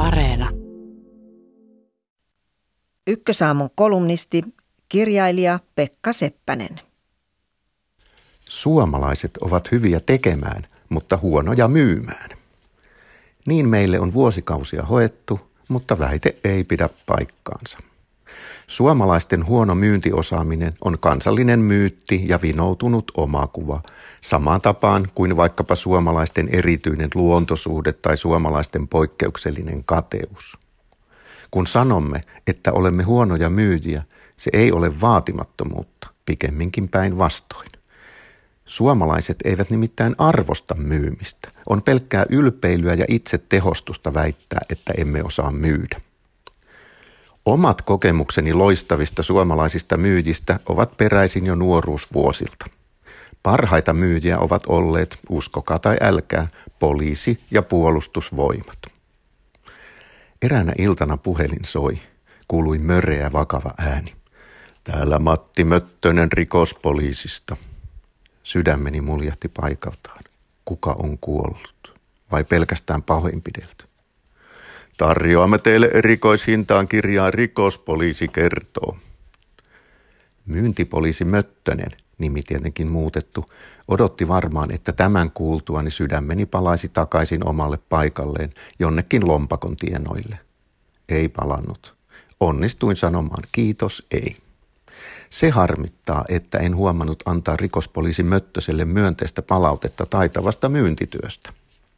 Areena. Ykkösaamun kolumnisti, kirjailija Pekka Seppänen. Suomalaiset ovat hyviä tekemään, mutta huonoja myymään. Niin meille on vuosikausia hoettu, mutta väite ei pidä paikkaansa. Suomalaisten huono myyntiosaaminen on kansallinen myytti ja vinoutunut omakuva, samaan tapaan kuin vaikkapa suomalaisten erityinen luontosuhde tai suomalaisten poikkeuksellinen kateus. Kun sanomme, että olemme huonoja myyjiä, se ei ole vaatimattomuutta, pikemminkin päinvastoin. Suomalaiset eivät nimittäin arvosta myymistä. On pelkkää ylpeilyä ja itsetehostusta väittää, että emme osaa myydä. Omat kokemukseni loistavista suomalaisista myyjistä ovat peräisin jo nuoruusvuosilta. Parhaita myyjiä ovat olleet, uskokaa tai älkää, poliisi ja puolustusvoimat. Eräänä iltana puhelin soi. Kuului möreä vakava ääni. Täällä Matti Möttönen rikospoliisista. Sydämeni muljahti paikaltaan. Kuka on kuollut? Vai pelkästään pahoinpidelty? Tarjoamme teille erikoishintaan kirjaa Rikospoliisi kertoo. Myyntipoliisi Möttönen, nimi tietenkin muutettu, odotti varmaan, että tämän kuultuani sydämeni palaisi takaisin omalle paikalleen jonnekin lompakon tienoille. Ei palannut. Onnistuin sanomaan kiitos, ei. Se harmittaa, että en huomannut antaa rikospoliisi Möttöselle myönteistä palautetta taitavasta myyntityöstä.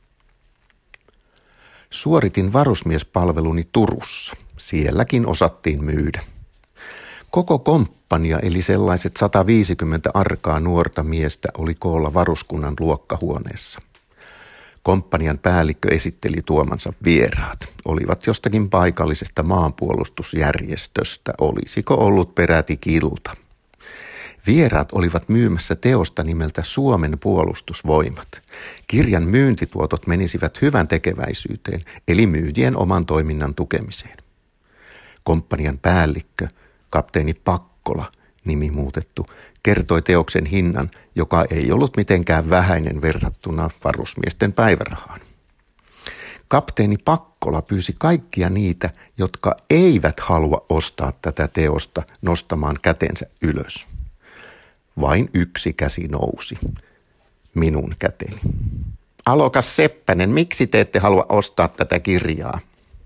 Suoritin varusmiespalveluni Turussa. Sielläkin osattiin myydä. Koko komppania eli sellaiset 150 arkaa nuorta miestä oli koolla varuskunnan luokkahuoneessa. Komppanian päällikkö esitteli tuomansa vieraat. Olivat jostakin paikallisesta maanpuolustusjärjestöstä, olisiko ollut peräti kilta. Vieraat olivat myymässä teosta nimeltä Suomen puolustusvoimat. Kirjan myyntituotot menisivät hyvän tekeväisyyteen, eli myyjien oman toiminnan tukemiseen. Komppanian päällikkö, kapteeni Pakkola, nimi muutettu, kertoi teoksen hinnan, joka ei ollut mitenkään vähäinen verrattuna varusmiesten päivärahaan. Kapteeni Pakkola pyysi kaikkia niitä, jotka eivät halua ostaa tätä teosta, nostamaan kätensä ylös. Vain yksi käsi nousi. Minun käteni. Alokas Seppänen, miksi te ette halua ostaa tätä kirjaa?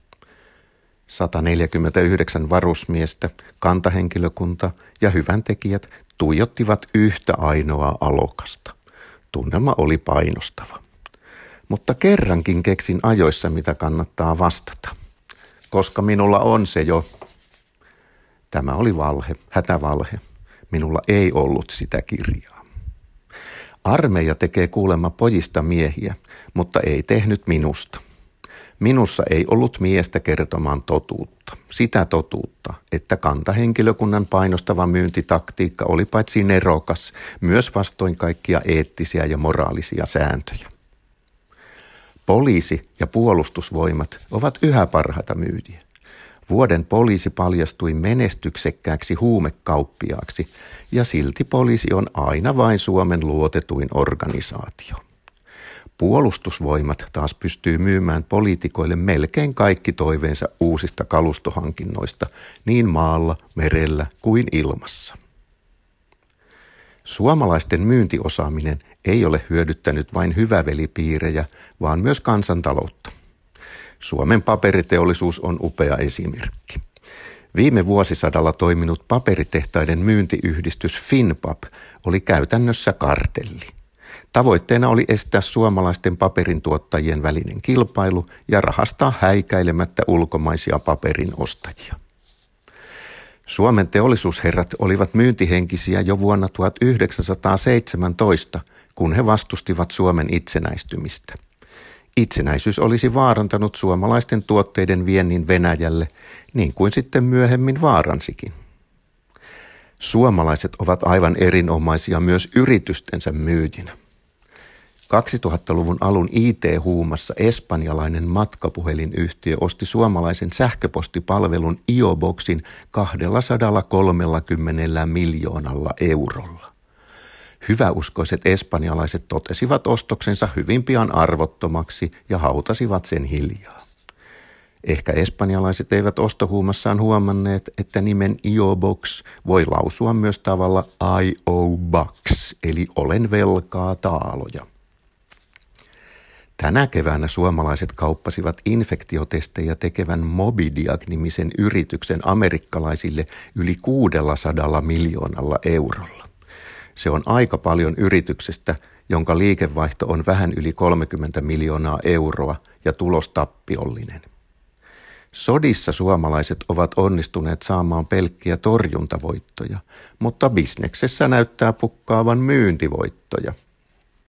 149 varusmiestä, kantahenkilökunta ja hyväntekijät tuijottivat yhtä ainoaa alokasta. Tunnelma oli painostava. Mutta kerrankin keksin ajoissa, mitä kannattaa vastata. Koska minulla on se jo. Tämä oli valhe, hätävalhe. Minulla ei ollut sitä kirjaa. Armeija tekee kuulemma pojista miehiä, mutta ei tehnyt minusta. Minussa ei ollut miestä kertomaan totuutta. Sitä totuutta, että kantahenkilökunnan painostava myyntitaktiikka oli paitsi nerokas, myös vastoin kaikkia eettisiä ja moraalisia sääntöjä. Poliisi ja puolustusvoimat ovat yhä parhaita myyjiä. Vuoden poliisi paljastui menestyksekkääksi huumekauppiaaksi ja silti poliisi on aina vain Suomen luotetuin organisaatio. Puolustusvoimat taas pystyy myymään poliitikoille melkein kaikki toiveensa uusista kalustohankinnoista niin maalla, merellä kuin ilmassa. Suomalaisten myyntiosaaminen ei ole hyödyttänyt vain hyvävelipiirejä, vaan myös kansantaloutta. Suomen paperiteollisuus on upea esimerkki. Viime vuosisadalla toiminut paperitehtaiden myyntiyhdistys Finpap oli käytännössä kartelli. Tavoitteena oli estää suomalaisten paperintuottajien välinen kilpailu ja rahastaa häikäilemättä ulkomaisia paperin ostajia. Suomen teollisuusherrat olivat myyntihenkisiä jo vuonna 1917, kun he vastustivat Suomen itsenäistymistä. Itsenäisyys olisi vaarantanut suomalaisten tuotteiden viennin Venäjälle, niin kuin sitten myöhemmin vaaransikin. Suomalaiset ovat aivan erinomaisia myös yritystensä myyjinä. 2000-luvun alun IT-huumassa espanjalainen matkapuhelinyhtiö osti suomalaisen sähköpostipalvelun IO-Boxin 230 miljoonalla eurolla. Hyväuskoiset espanjalaiset totesivat ostoksensa hyvin pian arvottomaksi ja hautasivat sen hiljaa. Ehkä espanjalaiset eivät ostohuumassaan huomanneet, että nimen IO-box voi lausua myös tavalla I owe bucks, eli olen velkaa taaloja. Tänä keväänä suomalaiset kauppasivat infektiotestejä tekevän Mobidiag-nimisen yrityksen amerikkalaisille yli 600 miljoonalla eurolla. Se on aika paljon yrityksestä, jonka liikevaihto on vähän yli 30 miljoonaa euroa ja tulos tappiollinen. Sodissa suomalaiset ovat onnistuneet saamaan pelkkiä torjuntavoittoja, mutta bisneksessä näyttää pukkaavan myyntivoittoja.